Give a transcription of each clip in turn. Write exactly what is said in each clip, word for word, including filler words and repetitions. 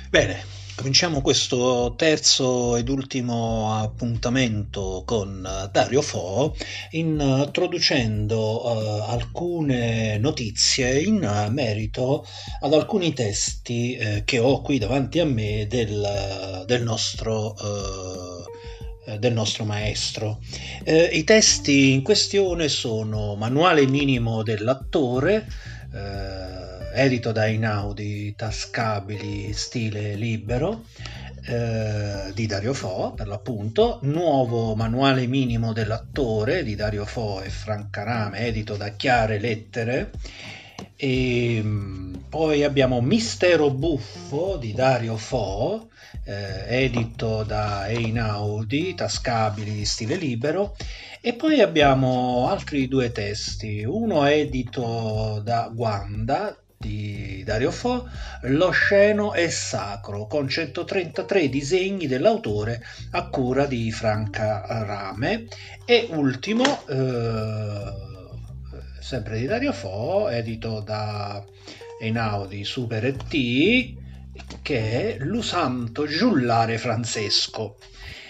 Bene, cominciamo questo terzo ed ultimo appuntamento con eh, Dario Fo, introducendo eh, alcune notizie in eh, merito ad alcuni testi eh, che ho qui davanti a me del, del nostro, eh, eh, del nostro maestro. Eh, I testi in questione sono Manuale minimo dell'attore, eh, edito da Einaudi, tascabili, stile libero, eh, di Dario Fo, per l'appunto, Nuovo manuale minimo dell'attore di Dario Fo e Franca Rame, edito da Chiare Lettere, e mh, poi abbiamo Mistero buffo di Dario Fo, eh, edito da Einaudi, tascabili, stile libero, e poi abbiamo altri due testi, uno edito da Guanda di Dario Fo, Lo sceno è sacro, con centotrentatré disegni dell'autore a cura di Franca Rame, e ultimo, eh, sempre di Dario Fo, edito da Einaudi Super E T, che è L'usanto giullare Francesco.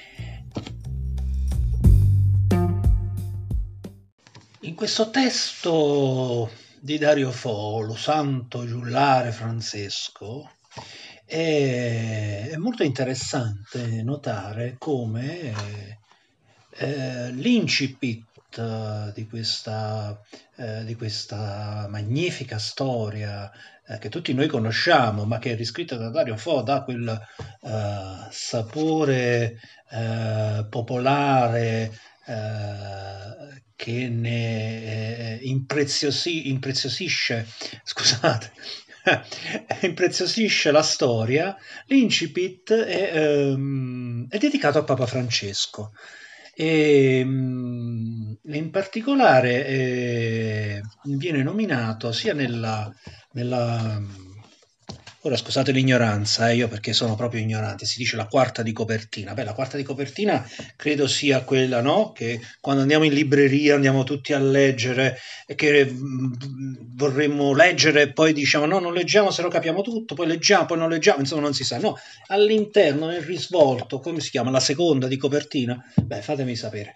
In questo testo di Dario Fo, Lo santo giullare Francesco, è, è molto interessante notare come eh, l'incipit eh, di questa, eh, di questa magnifica storia eh, che tutti noi conosciamo, ma che è riscritta da Dario Fo, dà quel eh, sapore eh, popolare eh, che ne eh, impreziosi- impreziosisce, scusate, impreziosisce la storia. L'incipit è, ehm, è dedicato a Papa Francesco e mm, in particolare eh, viene nominato sia nella, nella ora scusate l'ignoranza, eh, io perché sono proprio ignorante, si dice la quarta di copertina. Beh, la quarta di copertina credo sia quella, no? Che quando andiamo in libreria andiamo tutti a leggere e che mh, vorremmo leggere e poi diciamo no, non leggiamo se lo capiamo tutto, poi leggiamo, poi non leggiamo, insomma non si sa. No, all'interno, nel risvolto, come si chiama? La seconda di copertina? Beh, fatemi sapere.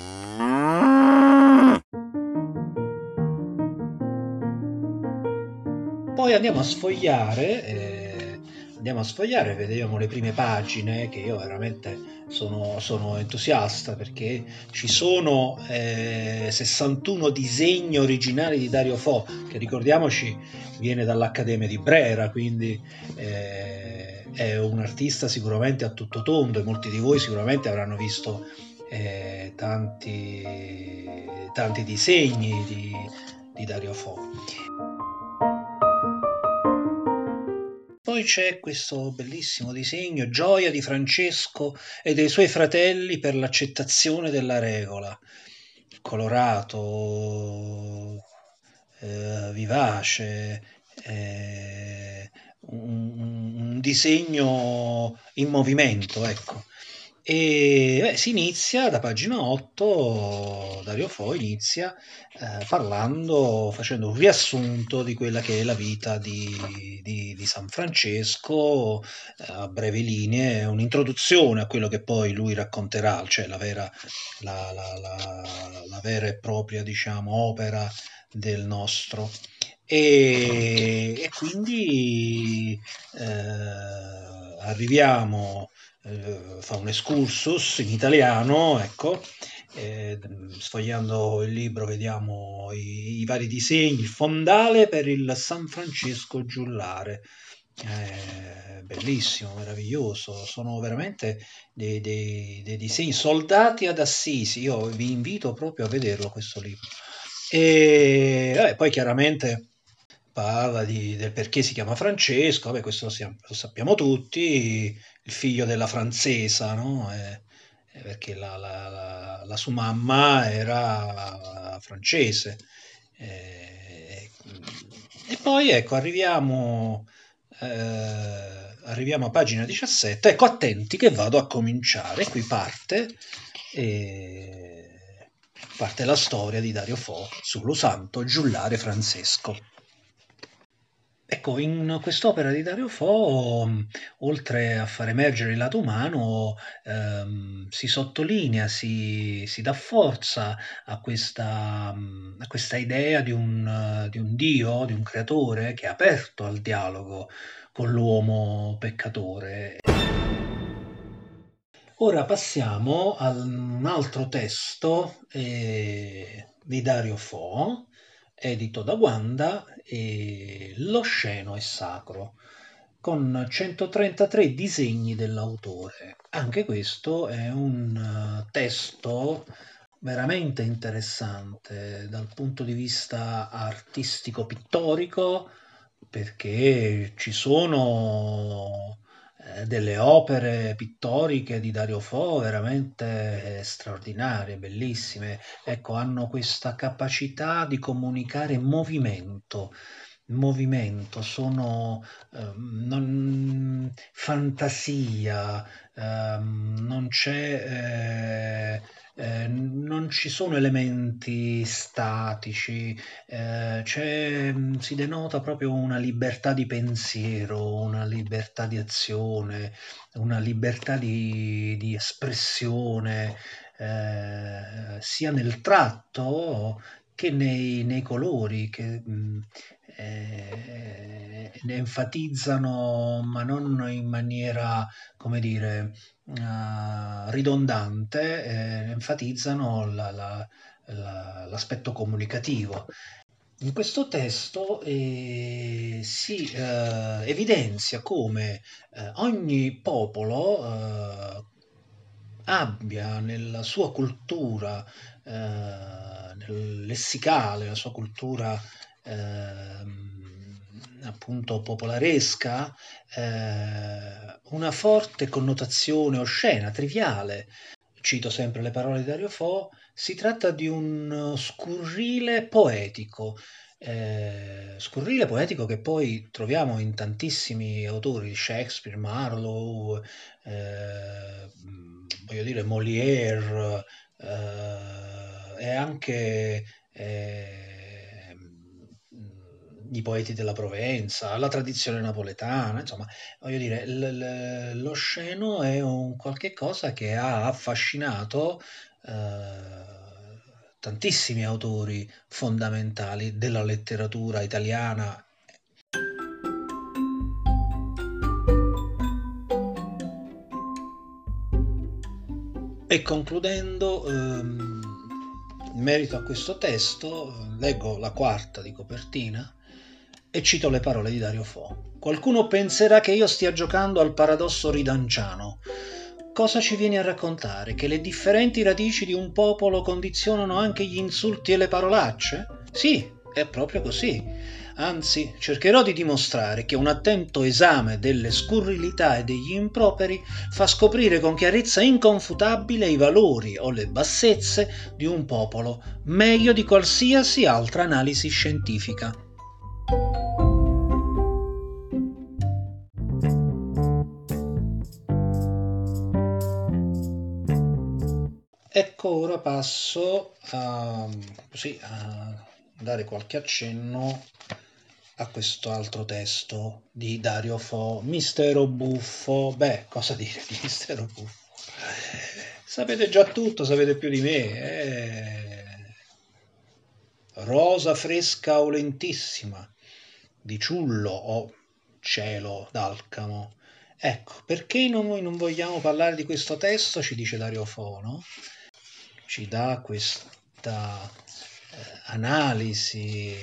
Poi andiamo a sfogliare, eh, andiamo a sfogliare, vediamo le prime pagine, che io veramente sono, sono entusiasta perché ci sono eh, sessantuno disegni originali di Dario Fo, che ricordiamoci viene dall'Accademia di Brera, quindi eh, è un artista sicuramente a tutto tondo e molti di voi sicuramente avranno visto eh, tanti, tanti disegni di, di Dario Fo. Poi c'è questo bellissimo disegno, Gioia di Francesco e dei suoi fratelli per l'accettazione della regola. Colorato, eh, vivace, eh, un, un disegno in movimento, ecco. E beh, si inizia da pagina otto, Dario Fo inizia eh, parlando, facendo un riassunto di quella che è la vita di, di- di San Francesco, eh, a brevi linee, un'introduzione a quello che poi lui racconterà, cioè la vera, la, la- la- la vera e propria, diciamo, opera del nostro. E, e quindi eh, arriviamo, eh, fa un excursus in italiano, ecco, eh, sfogliando il libro vediamo i, i vari disegni, il fondale per il San Francesco giullare. Eh, bellissimo, meraviglioso, sono veramente dei, dei- dei disegni, soldati ad Assisi, io vi invito proprio a vederlo questo libro. E vabbè, poi chiaramente parla di- del perché si chiama Francesco, vabbè, questo lo, siamo- lo sappiamo tutti, il figlio della Franzesa, no? Eh, eh, perché la, la- la- la sua mamma era francese. Eh, e poi ecco, arriviamo, eh, arriviamo a pagina diciassette, ecco attenti che vado a cominciare, qui parte, eh, parte la storia di Dario Fo sullo santo giullare Francesco. Ecco, in quest'opera di Dario Fo, mh, oltre a far emergere il lato umano, ehm, si sottolinea, si, si dà forza a questa, mh, a questa idea di un, eh, di un Dio, di un creatore che è aperto al dialogo con l'uomo peccatore. Ora passiamo a un altro testo eh, di Dario Fo, edito da Wanda, e L'osceno è sacro, con centotrentatré disegni dell'autore. Anche questo è un eh, testo veramente interessante dal punto di vista artistico-pittorico, perché ci sono eh, delle opere pittoriche di Dario Fo veramente eh, straordinarie, bellissime. Ecco, hanno questa capacità di comunicare movimento. Movimento, sono ehm, non- fantasia, ehm, non c'è, eh, eh, non ci sono elementi statici, eh, c'è, mh, si denota proprio una libertà di pensiero, una libertà di azione, una libertà di, di espressione, eh, sia nel tratto che nei, nei colori, che mh, eh, ne enfatizzano, ma non in maniera, come dire, eh, ridondante, eh, enfatizzano la- la- la- l'aspetto comunicativo. In questo testo eh, si eh, evidenzia come eh, ogni popolo eh, abbia nella sua cultura eh, nel lessicale, la sua cultura ehm, appunto popolaresca, eh, una forte connotazione oscena, triviale. Cito sempre le parole di Dario Fo, si tratta di un scurrile poetico, eh, scurrile poetico che poi troviamo in tantissimi autori, Shakespeare, Marlowe, eh, voglio dire Molière, eh, e anche eh, i poeti della Provenza, la tradizione napoletana, insomma, voglio dire, l- l- lo sceno è un qualche cosa che ha affascinato eh, tantissimi autori fondamentali della letteratura italiana. E concludendo, ehm, in merito a questo testo, eh, leggo la quarta di copertina e cito le parole di Dario Fo. Qualcuno penserà che io stia giocando al paradosso ridanciano. Cosa ci vieni a raccontare? Che le differenti radici di un popolo condizionano anche gli insulti e le parolacce? Sì, è proprio così. Anzi, cercherò di dimostrare che un attento esame delle scurrilità e degli improperi fa scoprire con chiarezza inconfutabile i valori o le bassezze di un popolo, meglio di qualsiasi altra analisi scientifica. Ecco, ora passo a, così, a dare qualche accenno a questo altro testo di Dario Fo, Mistero Buffo. Beh, cosa dire di Mistero Buffo? Sapete già tutto, sapete più di me. eh. Rosa fresca o lentissima, di ciullo o cielo d'alcamo. Ecco, perché non- noi non vogliamo parlare di questo testo, ci dice Dario Fo, no? Ci dà questa eh, analisi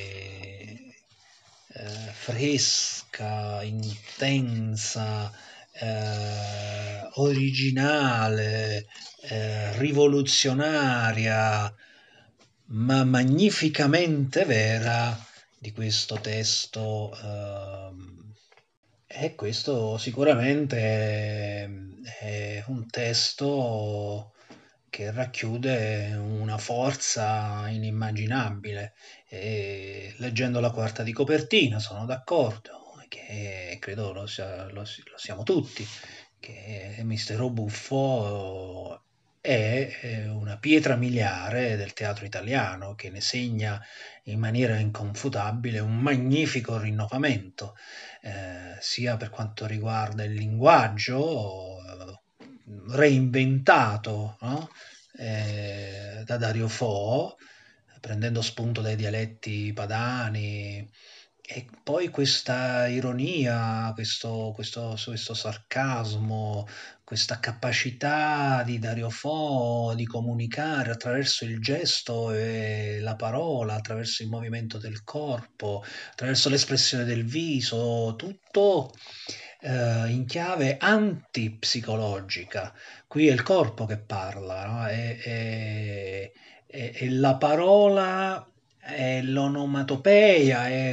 eh, fresca, intensa, eh, originale, eh, rivoluzionaria, ma magnificamente vera di questo testo. ehm, e questo sicuramente è, è un testo che racchiude una forza inimmaginabile. E leggendo la quarta di copertina sono d'accordo, che credo lo, sia- lo si- lo siamo tutti, che Mistero Buffo è eh, una pietra miliare del teatro italiano che ne segna in maniera inconfutabile un magnifico rinnovamento, eh, sia per quanto riguarda il linguaggio, eh, reinventato, no? Eh, da Dario Fo, prendendo spunto dai dialetti padani, e poi questa ironia, questo, questo, questo sarcasmo, questa capacità di Dario Fo di comunicare attraverso il gesto e la parola, attraverso il movimento del corpo, attraverso l'espressione del viso, tutto eh, in chiave antipsicologica. Qui è il corpo che parla, no? È, è- è- è la parola, è l'onomatopeia, è,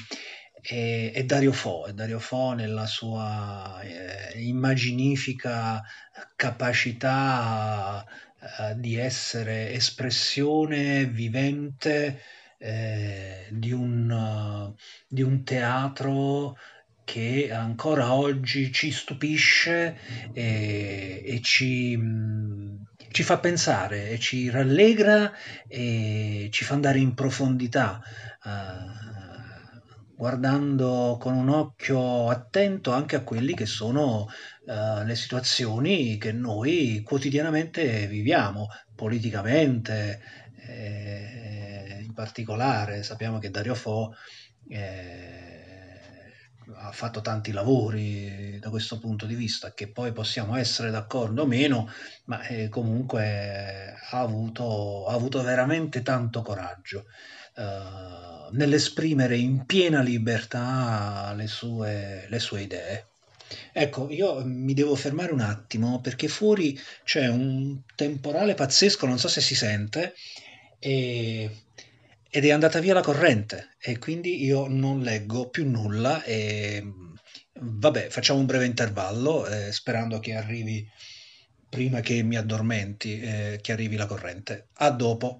è- è Dario Fo, è Dario Fo nella sua eh, immaginifica capacità eh, di essere espressione vivente eh, di un, eh, di un teatro che ancora oggi ci stupisce e, e ci, mh, ci fa pensare e ci rallegra e ci fa andare in profondità, eh, guardando con un occhio attento anche a quelli che sono eh, le situazioni che noi quotidianamente viviamo, politicamente, eh, in particolare. Sappiamo che Dario Fo eh, ha fatto tanti lavori da questo punto di vista, che poi possiamo essere d'accordo o meno, ma eh, comunque ha avuto, ha avuto veramente tanto coraggio eh, nell'esprimere in piena libertà le sue, le sue idee. Ecco, io mi devo fermare un attimo perché fuori c'è un temporale pazzesco, non so se si sente, e- ed è andata via la corrente e quindi io non leggo più nulla e vabbè, facciamo un breve intervallo eh, sperando che arrivi prima che mi addormenti, eh, che arrivi la corrente. A dopo.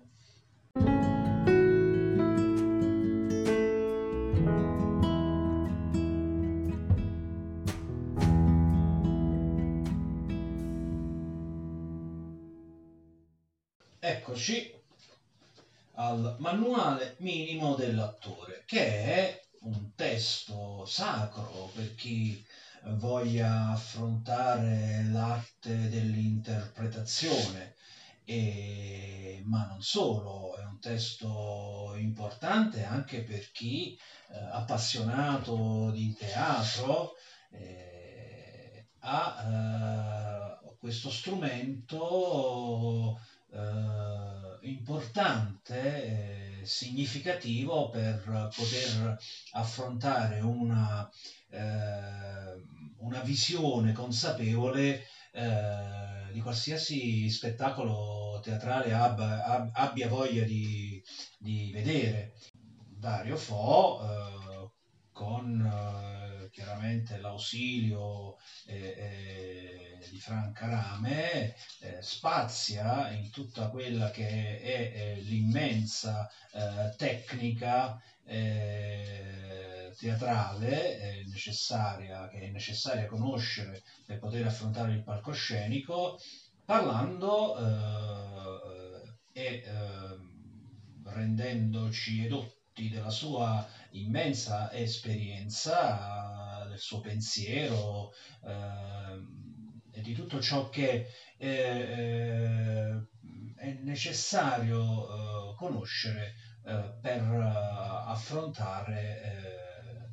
Eccoci al manuale minimo dell'attore, che è un testo sacro per chi voglia affrontare l'arte dell'interpretazione, e, ma non solo, è un testo importante anche per chi eh, appassionato di teatro eh, ha eh, questo strumento eh, importante, eh, significativo per poter affrontare una, eh, una visione consapevole eh, di qualsiasi spettacolo teatrale abbia, ab- abbia voglia di, di vedere. Dario Fo, eh, con eh, chiaramente l'ausilio eh, eh, di Franca Rame, eh, spazia in tutta quella che è, è l'immensa eh, tecnica eh, teatrale eh, necessaria, che è necessaria conoscere per poter affrontare il palcoscenico, parlando eh, e eh, rendendoci edotti della sua immensa esperienza, del suo pensiero ehm, e di tutto ciò che eh, eh, è necessario eh, conoscere eh, per eh, affrontare eh,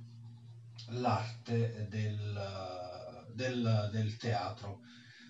l'arte del, del, del teatro.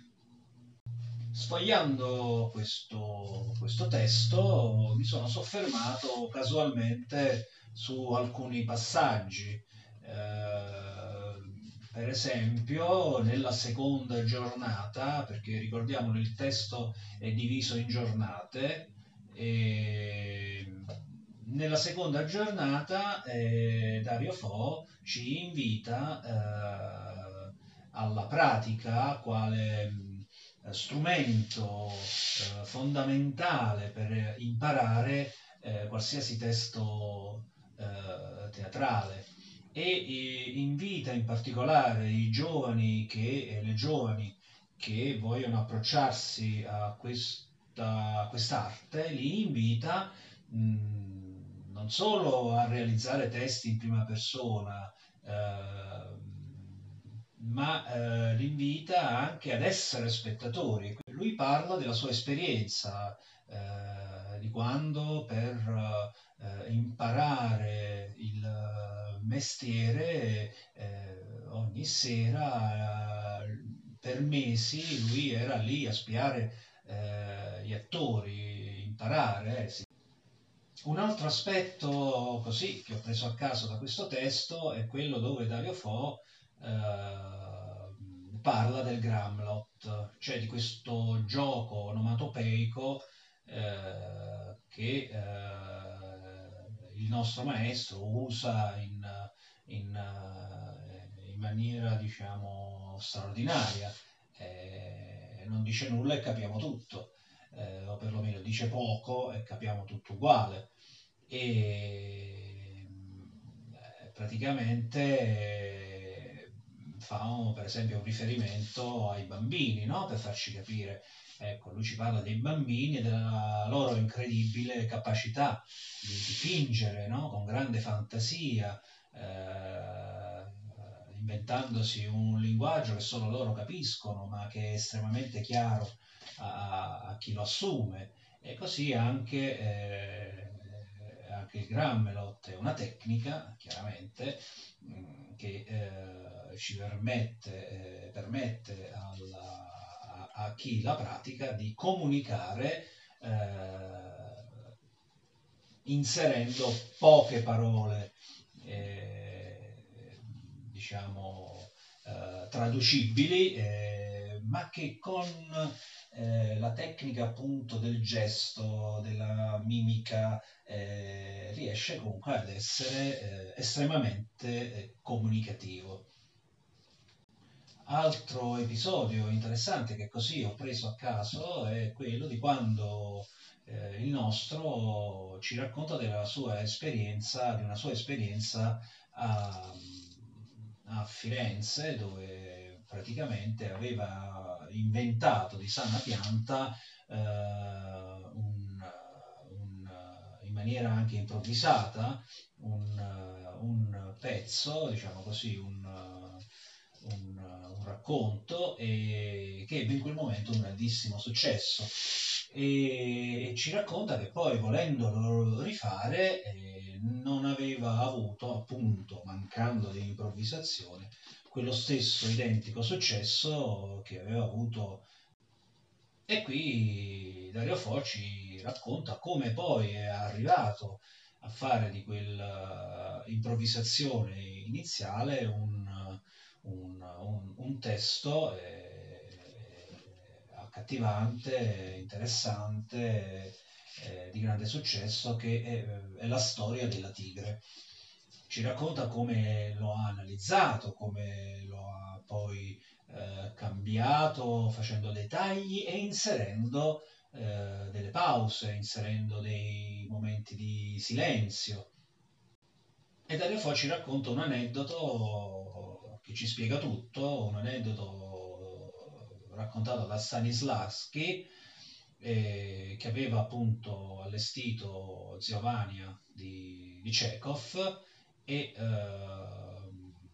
Sfogliando questo, questo testo mi sono soffermato casualmente su alcuni passaggi. Eh, per esempio, nella seconda giornata, perché ricordiamo che il testo è diviso in giornate, e nella seconda giornata eh, Dario Fo ci invita eh, alla pratica quale mh, strumento eh, fondamentale per imparare eh, qualsiasi testo eh, teatrale e eh, invita in particolare i giovani che, e le giovani che vogliono approcciarsi a questa, a quest'arte, li invita mh, non solo a realizzare testi in prima persona, eh, ma eh, li invita anche ad essere spettatori. Lui parla della sua esperienza, eh, di quando per eh, imparare il eh, mestiere eh, ogni sera eh, per mesi lui era lì a spiare eh, gli attori, imparare. eh, sì. Un altro aspetto così che ho preso a caso da questo testo è quello dove Dario Fo eh, parla del Gramlot, cioè di questo gioco onomatopeico eh, che eh, il nostro maestro usa in, in, eh, in maniera, diciamo, straordinaria. Eh, non dice nulla e capiamo tutto, eh, o perlomeno dice poco e capiamo tutto uguale. E eh, praticamente eh, fa un- per esempio un riferimento ai bambini, no? Per farci capire. Ecco, lui ci parla dei bambini e della loro incredibile capacità di dipingere, no? Con grande fantasia, eh, inventandosi un linguaggio che solo loro capiscono, ma che è estremamente chiaro a, a chi lo assume. E così anche, eh, anche il Grammelot è una tecnica, chiaramente, mh, che eh, ci permette, eh, permette alla- a, a chi la pratica di comunicare eh, inserendo poche parole, eh, diciamo, eh, traducibili, eh, ma che con eh, la tecnica appunto del gesto, della mimica, eh, riesce comunque ad essere eh, estremamente eh, comunicativo. Altro episodio interessante che così ho preso a caso è quello di quando eh, il nostro ci racconta della sua esperienza, di una sua esperienza a, a Firenze, dove praticamente aveva inventato di sana pianta eh, un, un, in maniera anche improvvisata un, un pezzo, diciamo così, un, un, un racconto e che ebbe in quel momento un grandissimo successo e, e ci racconta che poi volendolo rifare eh, non aveva avuto appunto, mancando di improvvisazione, quello stesso identico successo che aveva avuto. E qui Dario Fo ci racconta come poi è arrivato a fare di quella improvvisazione iniziale un, un- un- un testo eh, accattivante, interessante, eh, di grande successo, che è, è la storia della tigre. Ci racconta come lo ha analizzato, come lo ha poi eh, cambiato facendo dei tagli e inserendo eh, delle pause, inserendo dei momenti di silenzio. E Dario Fo ci racconta un aneddoto che ci spiega tutto, un aneddoto raccontato da Stanislavski, eh, che aveva appunto allestito Zio Vania di, di Chekhov e eh,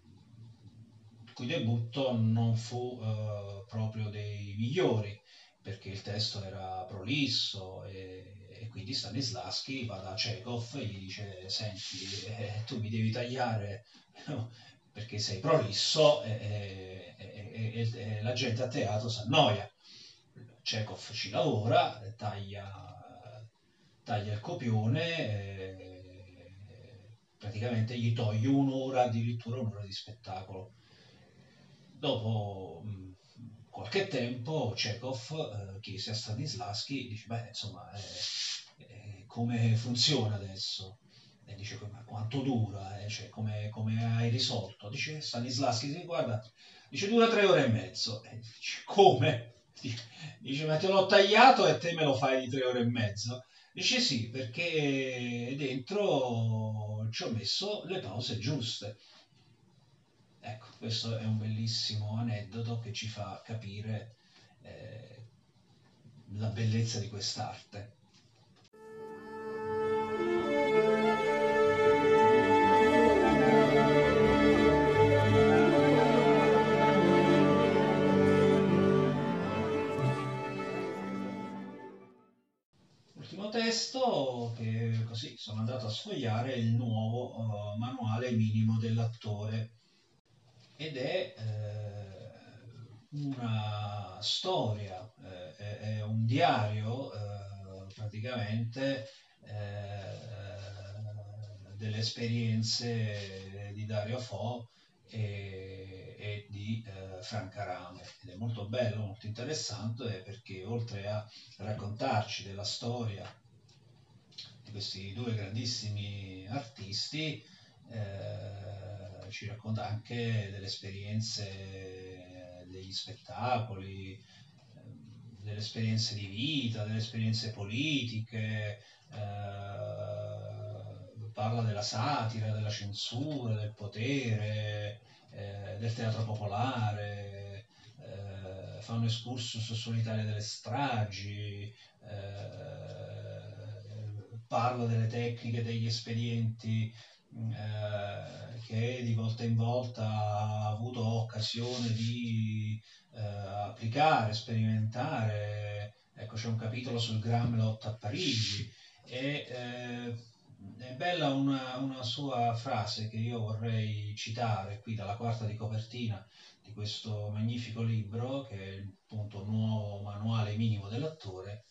il cui debutto non fu eh, proprio dei migliori perché il testo era prolisso e, e quindi Stanislavski va da Chekhov e gli dice senti eh, tu mi devi tagliare perché sei prolisso e, e- e- e la gente a teatro si annoia. Chekhov ci lavora, taglia, taglia il copione, eh, praticamente gli toglie un'ora, addirittura un'ora di spettacolo. Dopo mh, qualche tempo Chekhov eh, chiese a Stanislavski, dice, beh, insomma, eh, eh, come funziona adesso? E dice, ma quanto dura? Eh? Cioè, come, come hai risolto? Dice Stanislavski, sì, guarda, dice, dura tre ore e mezzo. E dice, come? Dice, ma te l'ho tagliato e te me lo fai di tre ore e mezzo? Dice sì, perché dentro ci ho messo le pause giuste. Ecco, questo è un bellissimo aneddoto che ci fa capire eh, la bellezza di quest'arte. L'ultimo testo che così sono andato a sfogliare è il nuovo uh, manuale minimo dell'attore ed è eh, una storia, eh, è, è un diario eh, praticamente eh, delle esperienze di Dario Fo e, e di eh, Franca Rame ed è molto bello, molto interessante perché oltre a raccontarci della storia di questi due grandissimi artisti, eh, ci racconta anche delle esperienze, degli spettacoli, ehm, delle esperienze di vita, delle esperienze politiche, eh, parla della satira, della censura, del potere, eh, del teatro popolare, eh, fa un excursus sull'Italia delle stragi, eh, parla delle tecniche, degli espedienti eh, che di volta in volta ha avuto occasione di eh, applicare, sperimentare. Ecco, c'è un capitolo sul Gramlot a Parigi e eh, è bella una, una sua frase che io vorrei citare qui dalla quarta di copertina di questo magnifico libro, che è appunto un nuovo manuale minimo dell'attore.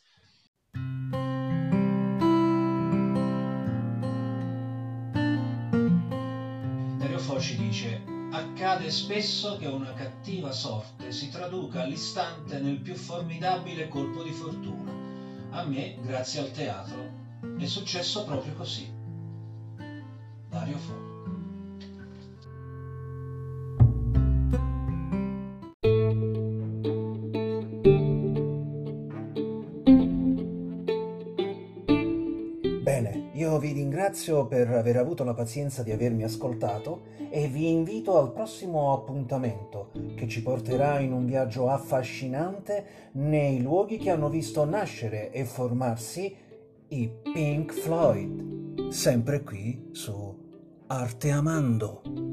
Dario Fo ci dice: accade spesso che una cattiva sorte si traduca all'istante nel più formidabile colpo di fortuna. A me, grazie al teatro, è successo proprio così. Dario Fo. Bene, io vi ringrazio per aver avuto la pazienza di avermi ascoltato e vi invito al prossimo appuntamento che ci porterà in un viaggio affascinante nei luoghi che hanno visto nascere e formarsi i Pink Floyd, sempre qui su Arte Amando.